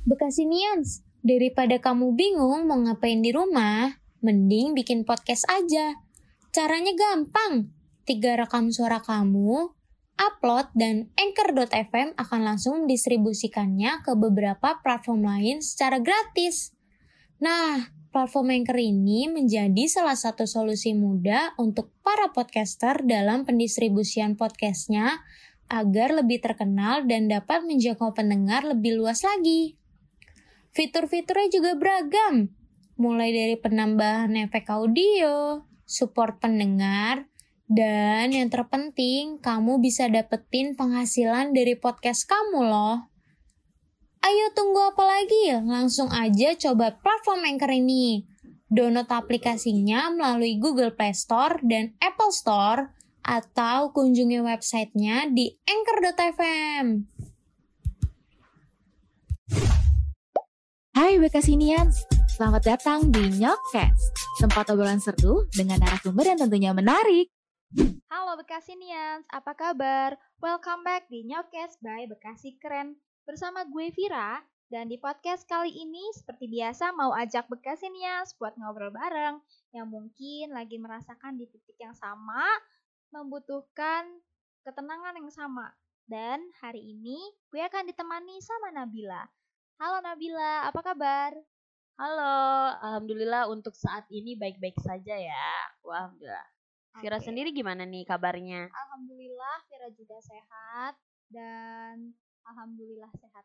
Bekasinians, daripada kamu bingung mau ngapain di rumah, mending bikin podcast aja. Caranya gampang. 3 rekam suara kamu, upload, dan Anchor.fm akan langsung mendistribusikannya ke beberapa platform lain secara gratis. Nah, platform Anchor ini menjadi salah satu solusi mudah untuk para podcaster dalam pendistribusian podcastnya agar lebih terkenal dan dapat menjangkau pendengar lebih luas lagi. Fitur-fiturnya juga beragam, mulai dari penambahan efek audio, support pendengar, dan yang terpenting, kamu bisa dapetin penghasilan dari podcast kamu loh. Ayo tunggu apa lagi? Langsung aja coba platform Anchor ini. Download aplikasinya melalui Google Play Store dan Apple Store, atau kunjungi websitenya di anchor.fm. Hai Bekasinians, selamat datang di Nyokcast, tempat obrolan seru dengan narasumber yang tentunya menarik. Halo Bekasinians, apa kabar? Welcome back di Nyokcast by Bekasi Keren. Bersama gue Vira, dan di podcast kali ini seperti biasa mau ajak Bekasinians buat ngobrol bareng yang mungkin lagi merasakan di titik yang sama, membutuhkan ketenangan yang sama. Dan hari ini gue akan ditemani sama Nabila. Halo Nabila, apa kabar? Halo, alhamdulillah untuk saat ini baik-baik saja ya. Wah, alhamdulillah. Vira Oke. sendiri gimana nih kabarnya? Alhamdulillah Vira juga sehat dan alhamdulillah sehat.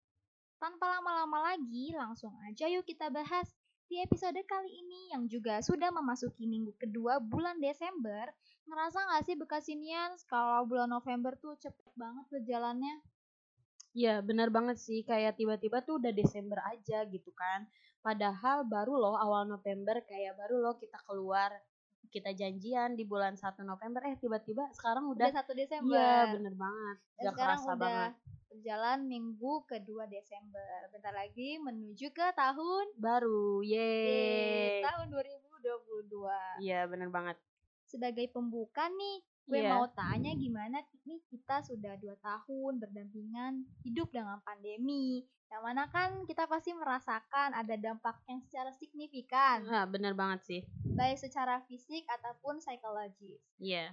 Tanpa lama-lama lagi, langsung aja yuk kita bahas. Di episode kali ini yang juga sudah memasuki minggu kedua bulan Desember, ngerasa gak sih Bekasinians kalau bulan November tuh cepet banget berjalannya? Ya, benar banget sih. Kayak tiba-tiba tuh udah Desember aja gitu kan. Padahal baru loh awal November, kayak baru loh kita keluar, kita janjian di bulan 1 November. Tiba-tiba sekarang Udah udah 1 Desember. Iya, bener banget. Dan Gak sekarang kerasa udah banget. berjalan minggu kedua Desember. Bentar lagi menuju ke tahun Baru, yeay. tahun 2022. Iya, bener banget. Sebagai pembuka nih, gue Iya. mau tanya gimana nih kita sudah 2 tahun berdampingan hidup dengan pandemi. Yang mana kan kita pasti merasakan ada dampak yang secara signifikan, Nah, bener banget sih. baik secara fisik ataupun psikologis. Iya.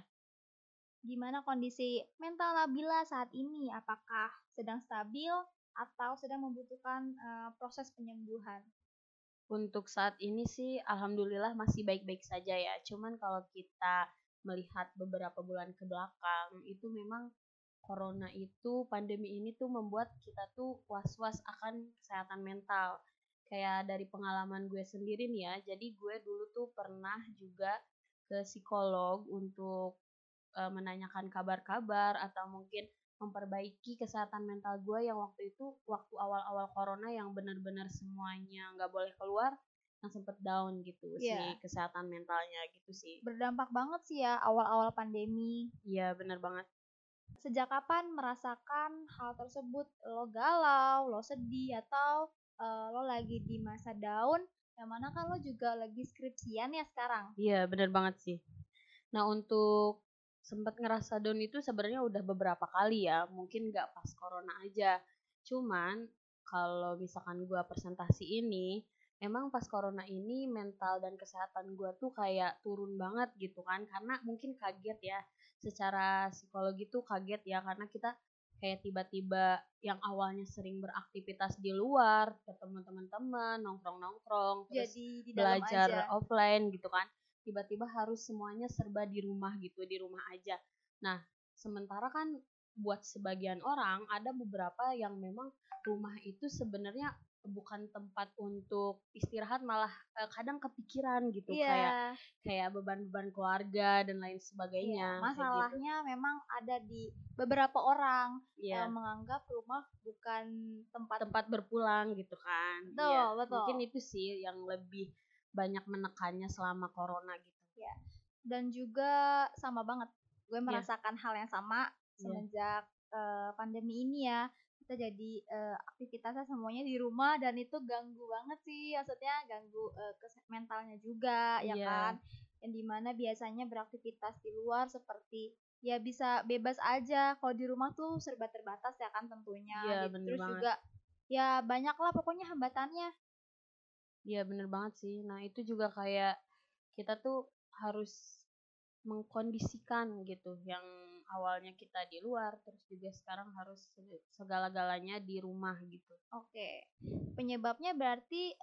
Gimana kondisi mental Nabila saat ini? Apakah sedang stabil atau sedang membutuhkan proses penyembuhan? Untuk saat ini sih alhamdulillah masih baik-baik saja ya. Cuman kalau kita melihat beberapa bulan ke belakang itu memang corona itu, pandemi ini tuh membuat kita tuh was-was akan kesehatan mental. Kayak dari pengalaman gue sendiri nih ya. Jadi gue dulu tuh pernah juga ke psikolog untuk menanyakan kabar-kabar atau mungkin memperbaiki kesehatan mental gue yang waktu itu waktu awal-awal corona yang benar-benar semuanya nggak boleh keluar, yang sempet down gitu Iya. sih kesehatan mentalnya gitu sih. Berdampak banget sih ya awal-awal pandemi. Iya, benar banget. Sejak kapan merasakan hal tersebut? Lo galau, lo sedih, atau lo lagi di masa down? Yang mana kan lo juga lagi skripsian ya sekarang. Iya, benar banget sih. Nah, untuk sempat ngerasa down itu sebenarnya udah beberapa kali ya, mungkin nggak pas corona aja. Cuman kalau misalkan gua presentasi ini, emang pas corona ini mental dan kesehatan gua tuh kayak turun banget gitu kan, karena mungkin kaget ya, secara psikologi tuh kaget ya, karena kita kayak tiba-tiba yang awalnya sering beraktivitas di luar, ketemu teman-teman, nongkrong-nongkrong, terus Jadi di dalam belajar aja. offline gitu kan, tiba-tiba harus semuanya serba di rumah gitu, di rumah aja. Nah, sementara kan buat sebagian orang ada beberapa yang memang rumah itu sebenarnya bukan tempat untuk istirahat, malah kadang kepikiran gitu, Iya. kayak beban-beban keluarga dan lain Iya, sebagainya. kayak gitu. masalahnya memang ada di beberapa orang Iya, menganggap rumah bukan tempat. tempat berpulang gitu kan. Betul, Iya, betul. mungkin itu sih yang lebih banyak menekannya selama corona gitu. Ya. Dan juga sama banget, gue Iya. merasakan hal yang sama Iya. semenjak pandemi ini ya. Kita jadi aktivitasnya semuanya di rumah dan itu ganggu banget sih, maksudnya ganggu mentalnya juga ya Iya. kan. Yang dimana biasanya beraktivitas di luar seperti ya bisa bebas aja, kalau di rumah tuh serba terbatas ya kan tentunya. Iya, Gitu. bener Terus banget. juga ya banyak lah pokoknya hambatannya. Iya bener banget sih. Nah itu juga kayak kita tuh harus mengkondisikan gitu, yang awalnya kita di luar terus juga sekarang harus segala-galanya di rumah gitu. Oke, penyebabnya berarti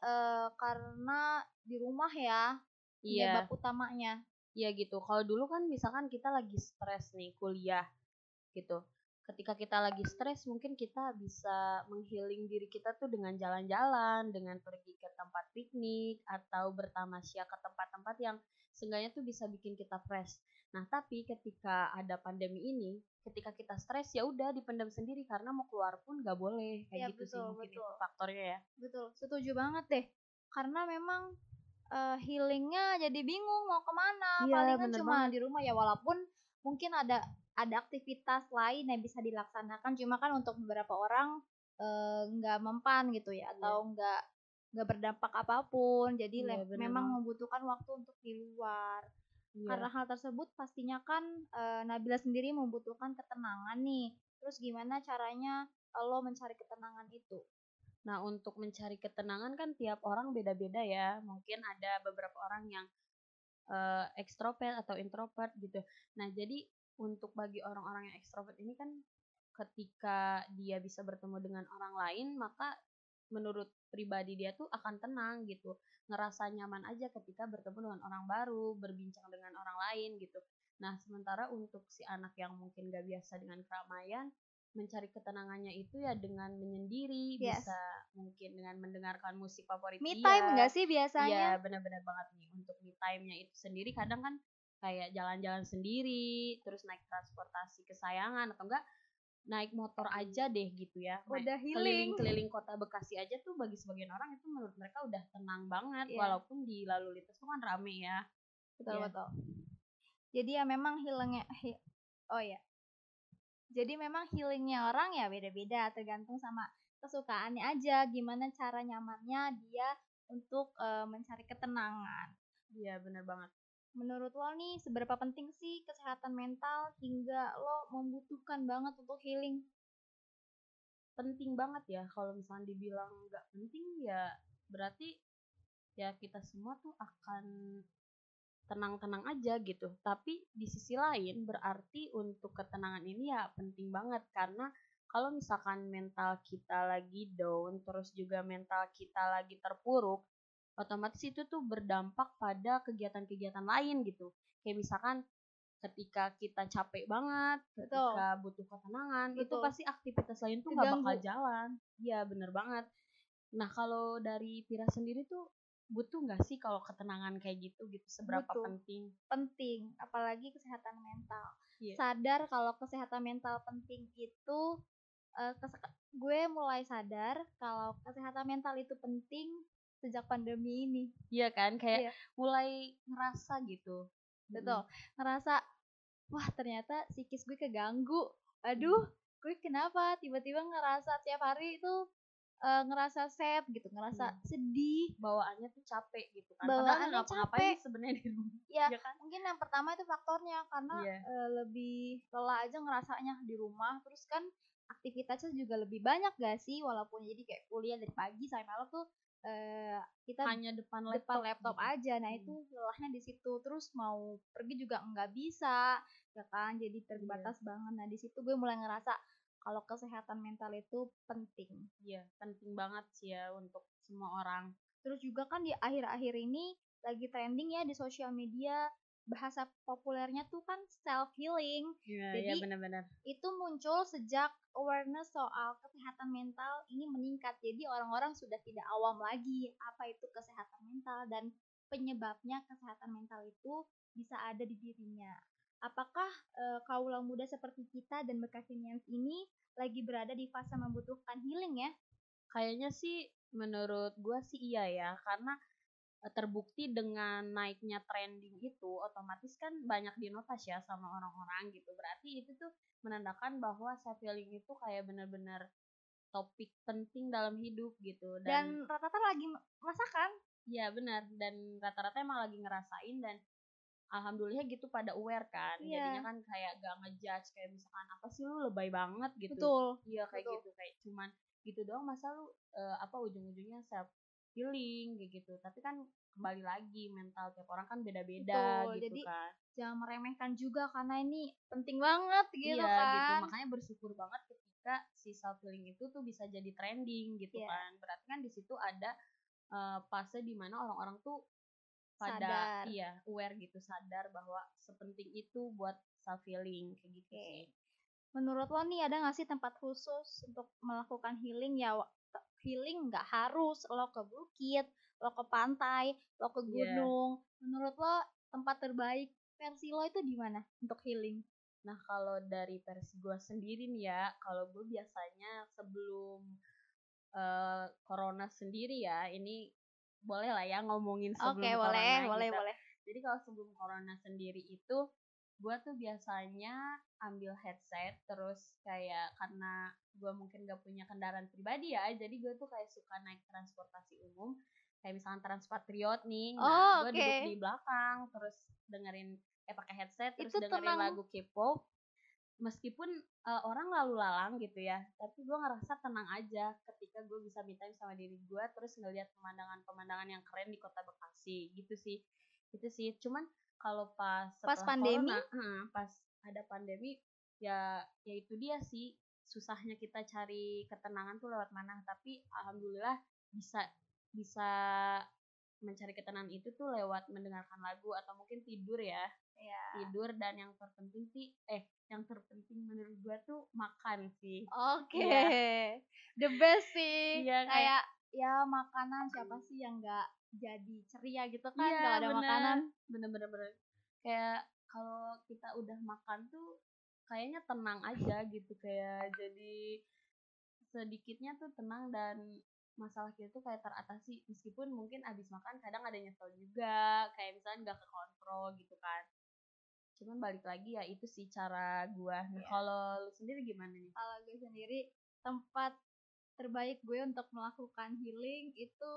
karena di rumah ya, Iya, penyebab utamanya. iya gitu. Kalau dulu kan misalkan kita lagi stres nih kuliah gitu. Ketika kita lagi stres mungkin kita bisa menghealing diri kita tuh dengan jalan-jalan, dengan pergi ke tempat piknik atau bertamasya ke tempat-tempat yang seenggaknya tuh bisa bikin kita fresh. Nah, tapi ketika ada pandemi ini, ketika kita stres ya udah dipendam sendiri karena mau keluar pun nggak boleh. Ya Kayak gitu sih betul, mungkin betul. itu faktornya ya. Betul, setuju banget deh. Karena memang healingnya jadi bingung mau kemana. Iya, Palingan bener cuma banget. di rumah ya, walaupun mungkin ada aktivitas lain yang bisa dilaksanakan. Cuma kan untuk beberapa orang nggak mempan gitu ya, Iya, atau nggak berdampak apapun. Jadi iya bener memang banget. membutuhkan waktu untuk di luar. Iya. Karena hal tersebut pastinya kan Nabila sendiri membutuhkan ketenangan nih. Terus gimana caranya lo mencari ketenangan itu? Nah, untuk mencari ketenangan kan tiap orang beda-beda ya. Mungkin ada beberapa orang yang ekstrovert atau introvert gitu. Nah, jadi untuk bagi orang-orang yang ekstrovert ini kan ketika dia bisa bertemu dengan orang lain, maka menurut pribadi dia tuh akan tenang gitu. Ngerasa nyaman aja ketika bertemu dengan orang baru, berbincang dengan orang lain gitu. Nah, sementara untuk si anak yang mungkin gak biasa dengan keramaian, mencari ketenangannya itu ya dengan menyendiri, Yes. bisa mungkin dengan mendengarkan musik favorit Me dia. time nggak sih Iya, biasanya? benar-benar banget nih. Untuk me time-nya itu sendiri kadang kan kayak jalan-jalan sendiri, terus naik transportasi kesayangan atau enggak naik motor aja deh gitu ya. Udah healing. Keliling-keliling kota Bekasi aja tuh bagi sebagian orang itu menurut mereka udah tenang banget, Iya. walaupun di lalu lintas tuh kan rame ya. Betul, Iya. betul. Jadi ya memang oh ya. Jadi memang healingnya orang ya beda-beda, tergantung sama kesukaannya aja, gimana cara nyamannya dia untuk mencari ketenangan. Iya, bener banget. Menurut lo nih, seberapa penting sih kesehatan mental hingga lo membutuhkan banget untuk healing? Penting banget ya, kalau misalnya dibilang nggak penting ya berarti ya kita semua tuh akan tenang-tenang aja gitu. Tapi di sisi lain berarti untuk ketenangan ini ya penting banget, karena kalau misalkan mental kita lagi down, terus juga mental kita lagi terpuruk, otomatis itu tuh berdampak pada kegiatan-kegiatan lain gitu. Kayak misalkan ketika kita capek banget, Betul. ketika butuh ketenangan, itu Betul. pasti aktivitas lain tuh nggak bakal Keganggu. jalan. Iya, bener banget. Nah, kalau dari Pira sendiri tuh butuh nggak sih kalau ketenangan kayak gitu seberapa Butuh. penting? Penting, apalagi kesehatan mental. Iya. Sadar kalau kesehatan mental penting itu, gue mulai sadar kalau kesehatan mental itu penting sejak pandemi ini. Iya kan, kayak Iya. mulai ngerasa gitu. Betul, ngerasa wah ternyata psikis gue keganggu. Aduh, gue kenapa tiba-tiba ngerasa tiap hari itu ngerasa sad gitu, ngerasa sedih. Bawaannya tuh capek gitu kan. Padahal Bawaannya nggak ngapa-ngapain capek. sebenarnya di rumah. Ya, Iya kan? mungkin yang pertama itu faktornya karena Iya. lebih lelah aja ngerasanya di rumah. Terus kan aktivitasnya juga lebih banyak gak sih, walaupun jadi kayak kuliah dari pagi sampai malam tuh kita Hanya depan depan laptop laptop aja. Nah itu lelahnya di situ. Terus mau pergi juga nggak bisa, ya kan? Jadi terbatas banget. Nah di situ gue mulai ngerasa kalau kesehatan mental itu penting. Iya, penting banget sih ya untuk semua orang. Terus juga kan di akhir-akhir ini lagi trending ya di sosial media, bahasa populernya tuh kan self healing. Iya, Jadi benar-benar. itu muncul sejak awareness soal kesehatan mental ini meningkat. Jadi orang-orang sudah tidak awam lagi apa itu kesehatan mental dan penyebabnya kesehatan mental itu bisa ada di dirinya. Apakah kaula muda seperti kita dan Bekasinians ini lagi berada di fase membutuhkan healing ya? Kayaknya sih menurut gua sih iya ya, karena terbukti dengan naiknya trending itu otomatis kan banyak dinotis ya sama orang-orang gitu. Berarti itu tuh menandakan bahwa self healing itu kayak benar-benar topik penting dalam hidup gitu. Dan rata-rata lagi merasakan. Iya benar, dan rata-rata emang lagi ngerasain dan alhamdulillah gitu pada aware kan. Iya. Jadinya kan kayak gak ngejudge kayak misalkan apa sih lu lebay banget gitu. Betul. Iya kayak betul. gitu, kayak cuman gitu doang, masa lu ujung-ujungnya self healing kayak gitu. Tapi kan kembali lagi mental tiap orang kan beda-beda Betul. gitu Jadi kan. jangan meremehkan juga karena ini penting banget gitu Iya gitu, kan. makanya bersyukur banget ketika si self healing itu tuh bisa jadi trending gitu Iya. kan. Berarti kan di situ ada fase dimana orang-orang tuh pada Sadar. aware gitu, sadar bahwa sepenting itu buat self healing kayak gitu Oke. sih. Menurut lo nih ada gak sih tempat khusus untuk melakukan healing ya? Healing nggak harus lo ke bukit, lo ke pantai, lo ke Iya. gunung. Menurut lo tempat terbaik versi lo itu di mana untuk healing? Nah kalau dari versi gue sendiri nih ya, kalau gue biasanya sebelum corona sendiri ya, ini boleh lah ya ngomongin Oke, sebelum boleh, corona boleh, gitu. boleh. Jadi kalau sebelum corona sendiri itu gue tuh biasanya ambil headset, terus kayak karena gue mungkin gak punya kendaraan pribadi ya, jadi gue tuh kayak suka naik transportasi umum, kayak misalnya Transpatriot nih. Nah gue Oke. duduk di belakang terus dengerin pakai headset terus Itu dengerin tenang. lagu K-pop, meskipun orang lalu lalang gitu ya, tapi gue ngerasa tenang aja ketika gue bisa me time sama diri gue, terus ngeliat pemandangan-pemandangan yang keren di kota Bekasi gitu sih. Itu sih. Cuman kalau pas Pas setelah pandemi? corona, pas ada pandemi, ya itu dia sih susahnya kita cari ketenangan tuh lewat mana. Tapi alhamdulillah bisa bisa mencari ketenangan itu tuh lewat mendengarkan lagu atau mungkin tidur ya. Iya. Tidur, dan yang terpenting sih yang terpenting menurut gue tuh makan sih. Oke. Iya. The best sih. Iya, Kayak ya makanan siapa sih yang nggak jadi ceria gitu kan Iya kalau ada bener, makanan. bener. Kayak kalau kita udah makan tuh kayaknya tenang aja gitu, kayak jadi sedikitnya tuh tenang dan masalah kita tuh kayak teratasi, meskipun mungkin abis makan kadang ada nyesel juga, kayak misalnya nggak kekontrol gitu kan. Cuman balik lagi ya itu sih cara gua. Nah, Iya. kalau lu sendiri gimana nih? Kalau gue sendiri tempat terbaik gue untuk melakukan healing itu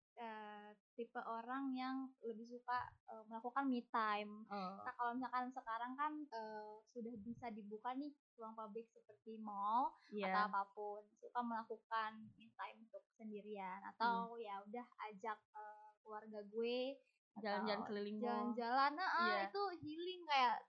tipe orang yang lebih suka melakukan me time. Oh, Nah kalau misalkan sekarang kan sudah bisa dibuka nih ruang publik seperti mall atau iya. apapun, suka melakukan me time untuk sendirian atau ya udah ajak keluarga gue Jalan-jalan atau keliling mall. jalan-jalan. Iya. Itu healing kayak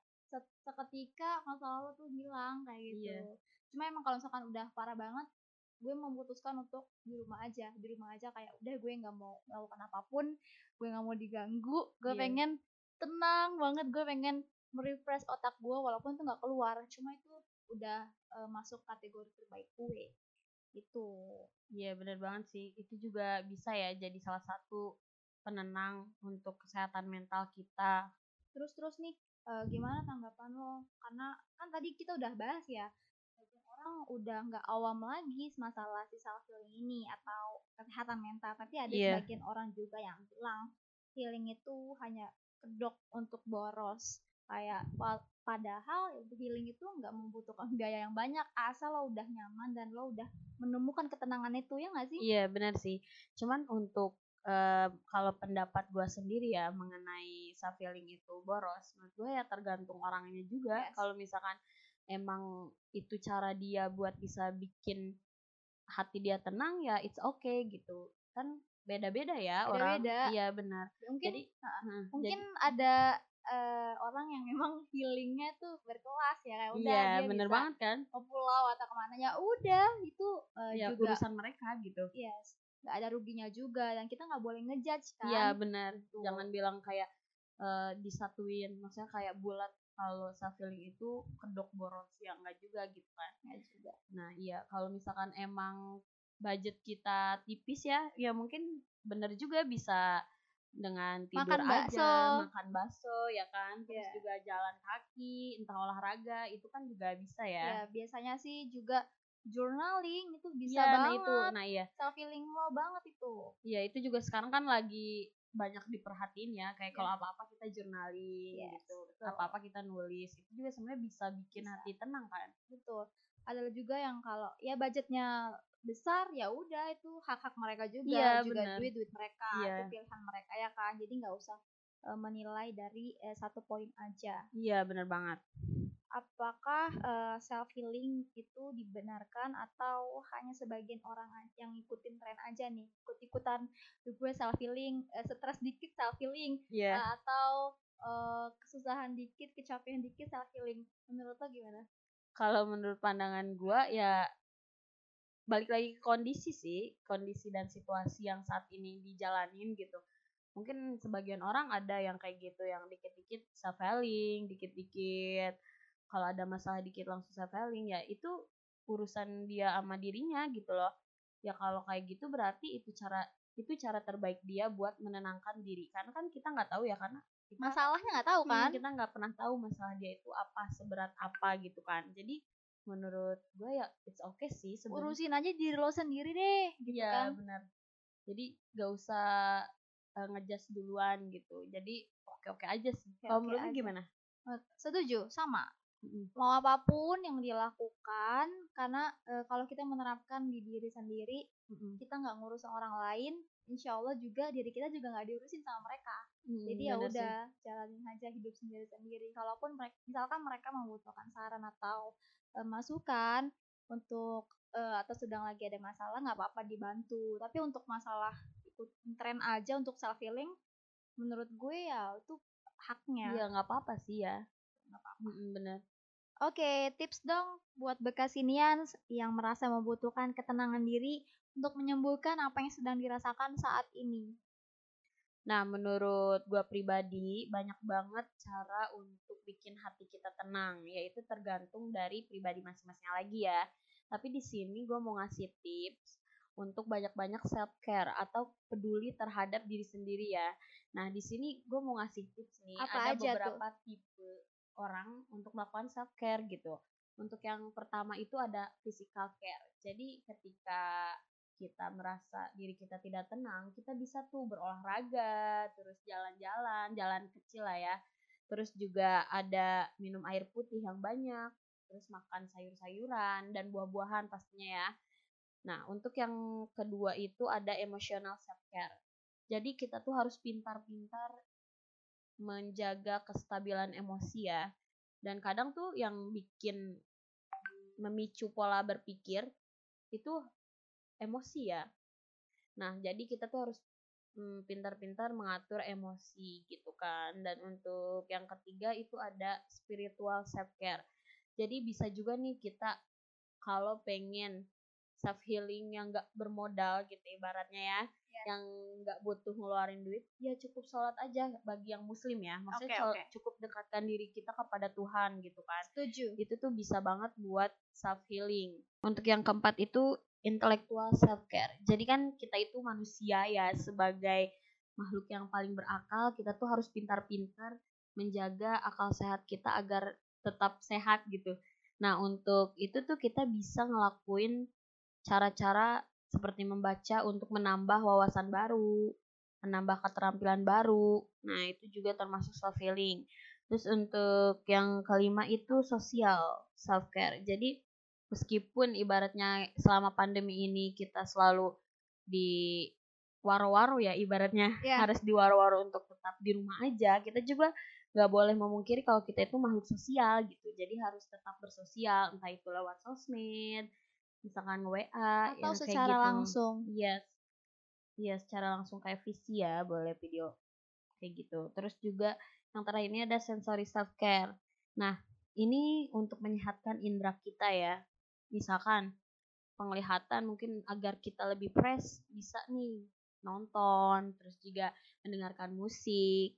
seketika masalah lo tuh hilang kayak gitu. Iya. Cuma emang kalau misalkan udah parah banget, gue memutuskan untuk di rumah aja kayak udah gue nggak mau melakukan apapun, gue nggak mau diganggu, gue Iya. pengen tenang banget, gue pengen merefresh otak gue walaupun itu nggak keluar, cuma itu udah masuk kategori terbaik gue gitu. Iya bener banget sih. Itu juga bisa ya jadi salah satu penenang untuk kesehatan mental kita. Terus nih gimana tanggapan lo, karena kan tadi kita udah bahas ya, banyak orang udah nggak awam lagi masalah si self healing ini atau kesehatan mental, tapi ada Iya. sebagian orang juga yang bilang healing itu hanya kedok untuk boros, kayak padahal healing itu nggak membutuhkan biaya yang banyak asal lo udah nyaman dan lo udah menemukan ketenangan itu, ya nggak sih? Iya benar sih. Cuman untuk kalau pendapat gue sendiri ya mengenai self healing itu boros, menurut gue ya tergantung orangnya juga. Yes. Kalau misalkan emang itu cara dia buat bisa bikin hati dia tenang, ya it's okay gitu. Kan beda-beda ya orang. Beda-beda. Iya benar. Mungkin Jadi mungkin ada orang yang memang healingnya tuh berkelas ya, kayak udah iya dia bener bisa banget kan. ke pulau atau kemana, ya udah itu Ya juga urusan mereka gitu. yes, nggak ada ruginya juga dan kita nggak boleh ngejudge kan. Iya benar. Gitu. Jangan bilang kayak disatuin, maksudnya kayak bulat kalau self healing itu kedok boros, ya enggak juga gitu kan. Nggak juga. Nah iya, kalau misalkan emang budget kita tipis ya mungkin bener juga bisa dengan tidur makan bakso ya kan, terus Yeah. juga jalan kaki, entah olahraga, itu kan juga bisa ya. Ya biasanya sih juga journaling itu bisa Iya, banget. nah iya. Self healing lo banget itu. Iya, itu juga sekarang kan lagi banyak diperhatiin ya, kayak Iya. kalau apa-apa kita journaling Yes, gitu, betul. apa-apa kita nulis, itu juga sebenarnya bisa bikin Bisa. hati tenang kan. Betul. Ada juga yang kalau ya budgetnya besar, ya udah itu hak-hak mereka juga, Iya, juga bener. duit mereka, Iya. itu pilihan mereka ya kan. Jadi nggak usah menilai dari satu poin aja. Iya, bener banget. apakah self healing itu dibenarkan atau hanya sebagian orang yang ngikutin tren aja nih, ikut-ikutan gue self healing, stres dikit self healing, atau kesusahan dikit, kecapean dikit self healing. Menurut lo gimana? Kalau menurut pandangan gue ya balik lagi ke kondisi dan situasi yang saat ini dijalanin gitu. Mungkin sebagian orang ada yang kayak gitu, yang dikit-dikit self healing, dikit-dikit kalau ada masalah dikit langsung self healing, ya itu urusan dia sama dirinya gitu loh. Ya kalau kayak gitu berarti itu cara terbaik dia buat menenangkan diri. Karena kan kita nggak tahu ya, karena Masalahnya nggak tahu kan? kita nggak pernah tahu masalah dia itu apa, seberat apa gitu kan. Jadi menurut gue ya it's okay sih sebenarnya. Urusin aja diri lo sendiri deh, gitu Iya kan? benar. Jadi gak usah ngejudge duluan gitu. Jadi oke-oke aja sih. Kalau Oke menurut lu aja. gimana? Setuju, sama. Mau apapun yang dilakukan, karena kalau kita menerapkan di diri sendiri, kita nggak ngurus orang lain, insya Allah juga diri kita juga nggak diurusin sama mereka. Jadi ya Bener sih. udah, jalanin aja hidup sendiri-sendiri. Kalaupun misalkan mereka membutuhkan saran atau masukan untuk atau sedang lagi ada masalah, nggak apa-apa dibantu. Tapi untuk masalah ikut tren aja untuk self healing, menurut gue ya itu haknya. Iya nggak apa-apa sih ya. Nggak apa-apa. Bener. Oke, tips dong buat Bekasinians yang merasa membutuhkan ketenangan diri untuk menyembuhkan apa yang sedang dirasakan saat ini. Nah menurut gua pribadi banyak banget cara untuk bikin hati kita tenang, yaitu tergantung dari pribadi masing-masing lagi ya. Tapi di sini gua mau ngasih tips untuk banyak-banyak self care atau peduli terhadap diri sendiri ya. Nah di sini gue mau ngasih tips nih, Apa ada aja beberapa tipe orang untuk melakukan self care gitu. Untuk yang pertama itu ada physical care. Jadi ketika kita merasa diri kita tidak tenang, kita bisa tuh berolahraga, terus jalan kecil lah ya. Terus juga ada minum air putih yang banyak, terus makan sayur-sayuran dan buah-buahan pastinya ya. Nah, untuk yang kedua itu ada emotional self care. Jadi kita tuh harus pintar-pintar menjaga kestabilan emosi ya. Dan kadang tuh yang bikin memicu pola berpikir itu emosi ya. Nah, jadi kita tuh harus pintar-pintar mengatur emosi gitu kan. Dan untuk yang ketiga itu ada spiritual self care. Jadi bisa juga nih kita kalau pengen self healing yang nggak bermodal gitu ibaratnya ya, yang nggak butuh ngeluarin duit, ya cukup sholat aja bagi yang muslim ya. Maksudnya cukup dekatkan diri kita kepada Tuhan gitu kan. Setuju. Itu tuh bisa banget buat self healing. Untuk yang keempat itu intellectual self care. Jadi kan kita itu manusia ya, sebagai makhluk yang paling berakal, kita tuh harus pintar-pintar menjaga akal sehat kita agar tetap sehat gitu. Nah, untuk itu tuh kita bisa ngelakuin cara-cara seperti membaca untuk menambah wawasan baru, menambah keterampilan baru. Nah, itu juga termasuk self healing. Terus untuk yang kelima itu social self care. Jadi meskipun ibaratnya selama pandemi ini kita selalu di waro-waro ya ibaratnya, harus di waro-waro untuk tetap di rumah aja, kita juga nggak boleh memungkiri kalau kita itu makhluk sosial gitu. Jadi harus tetap bersosial, entah itu lewat sosmed, misalkan WA Atau yang secara kayak gitu. langsung. Yes, secara langsung kayak visi ya, boleh video kayak gitu. Terus juga yang terakhir ini ada sensory self care. Nah, ini untuk menyehatkan indera kita ya. Misalkan penglihatan mungkin agar kita lebih fresh, bisa nih nonton, terus juga mendengarkan musik,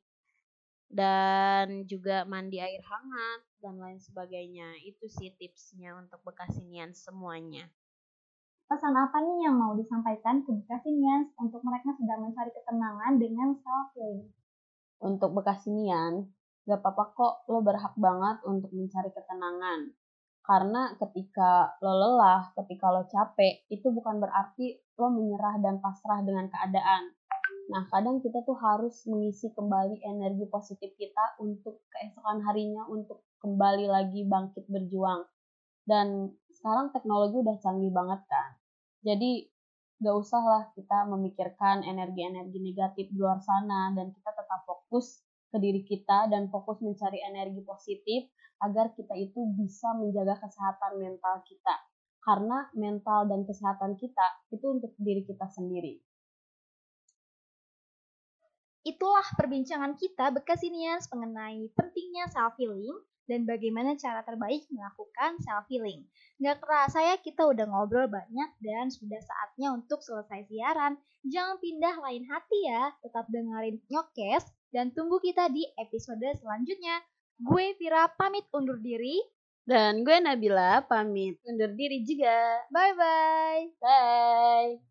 dan juga mandi air hangat dan lain sebagainya. Itu sih tipsnya untuk Bekasinian semuanya. Pesan apa nih yang mau disampaikan ke Bekasinians untuk mereka sedang mencari ketenangan dengan self-healing? Untuk Bekasinian, gak apa-apa kok, lo berhak banget untuk mencari ketenangan. Karena ketika lo lelah, ketika lo capek, itu bukan berarti lo menyerah dan pasrah dengan keadaan. Nah, kadang kita tuh harus mengisi kembali energi positif kita untuk keesokan harinya, untuk kembali lagi bangkit berjuang. Dan sekarang teknologi udah canggih banget kan. Jadi gak usah lah kita memikirkan energi-energi negatif di luar sana, dan kita tetap fokus ke diri kita dan fokus mencari energi positif agar kita itu bisa menjaga kesehatan mental kita. Karena mental dan kesehatan kita itu untuk diri kita sendiri. Itulah perbincangan kita Bekasinians mengenai pentingnya self-healing dan bagaimana cara terbaik melakukan self-healing. Nggak kerasa ya kita udah ngobrol banyak dan sudah saatnya untuk selesai siaran. Jangan pindah lain hati ya, tetap dengerin Nyokes dan tunggu kita di episode selanjutnya. Gue Vira pamit undur diri. Dan gue Nabila pamit undur diri juga. Bye-bye. Bye!